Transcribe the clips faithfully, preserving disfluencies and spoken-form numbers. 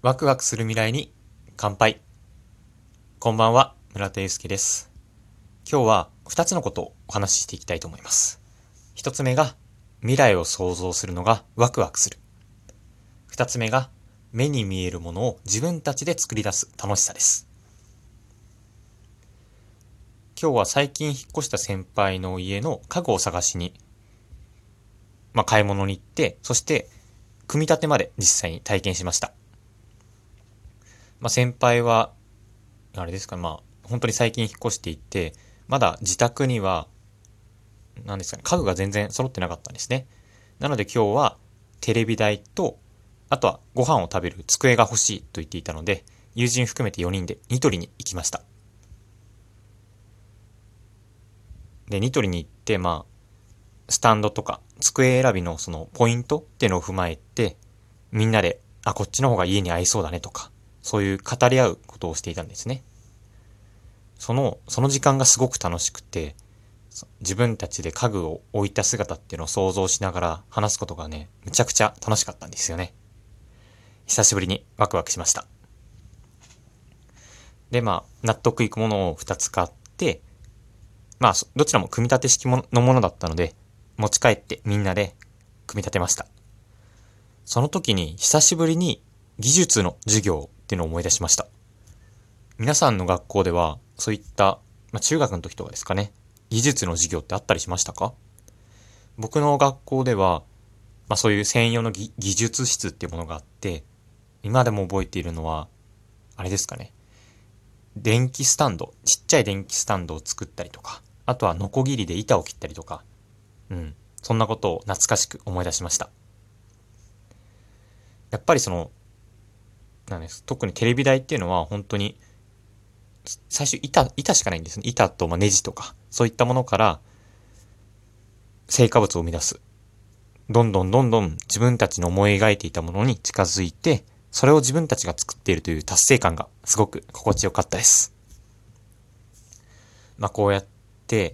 ワクワクする未来に乾杯。こんばんは、村田祐介です。今日はふたつのことをお話ししていきたいと思います。ひとつめが未来を想像するのがワクワクする。ふたつめが目に見えるものを自分たちで作り出す楽しさです。今日は最近引っ越した先輩の家の家具を探しに、まあ、買い物に行って、そして組み立てまで実際に体験しました。まあ、先輩はあれですか、まあ本当に最近引っ越していって、まだ自宅には何ですかね、家具が全然揃ってなかったんですね。なので今日はテレビ台と、あとはご飯を食べる机が欲しいと言っていたので、友人含めてよにんでニトリに行きました。で、ニトリに行って、まあスタンドとか机選びのそのポイントっていうのを踏まえて、みんなで、あ、こっちの方が家に合いそうだねとか、そういう語り合うことをしていたんですね。その、その時間がすごく楽しくて、自分たちで家具を置いた姿っていうのを想像しながら話すことがね、むちゃくちゃ楽しかったんですよね。久しぶりにワクワクしました。で、まあ、納得いくものをふたつ買って、まあ、どちらも組み立て式のものだったので、持ち帰ってみんなで組み立てました。その時に久しぶりに技術の授業っていうのを思い出しました。皆さんの学校では、そういった、まあ、中学の時とかですかね、技術の授業ってあったりしましたか？僕の学校では、まあそういう専用の技術室っていうものがあって、今でも覚えているのは、あれですかね。電気スタンド、ちっちゃい電気スタンドを作ったりとか、あとはノコギリで板を切ったりとか、うん。そんなことを懐かしく思い出しました。やっぱりその、なんです。特にテレビ台っていうのは本当に、最初板、板しかないんですね。板とまあネジとか、そういったものから成果物を生み出す。どんどんどんどん自分たちの思い描いていたものに近づいて、それを自分たちが作っているという達成感がすごく心地よかったです。まあこうやって、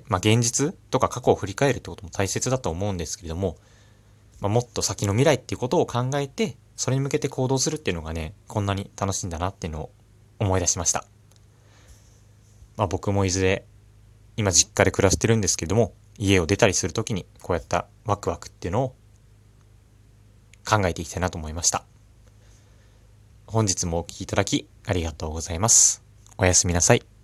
まあ現実とか過去を振り返るってことも大切だと思うんですけれども、まあ、もっと先の未来っていうことを考えて、それに向けて行動するっていうのがね、こんなに楽しいんだなっていうのを思い出しました。まあ僕もいずれ、今実家で暮らしてるんですけども、家を出たりするときにこうやったワクワクっていうのを考えていきたいなと思いました。本日もお聞きいただきありがとうございます。おやすみなさい。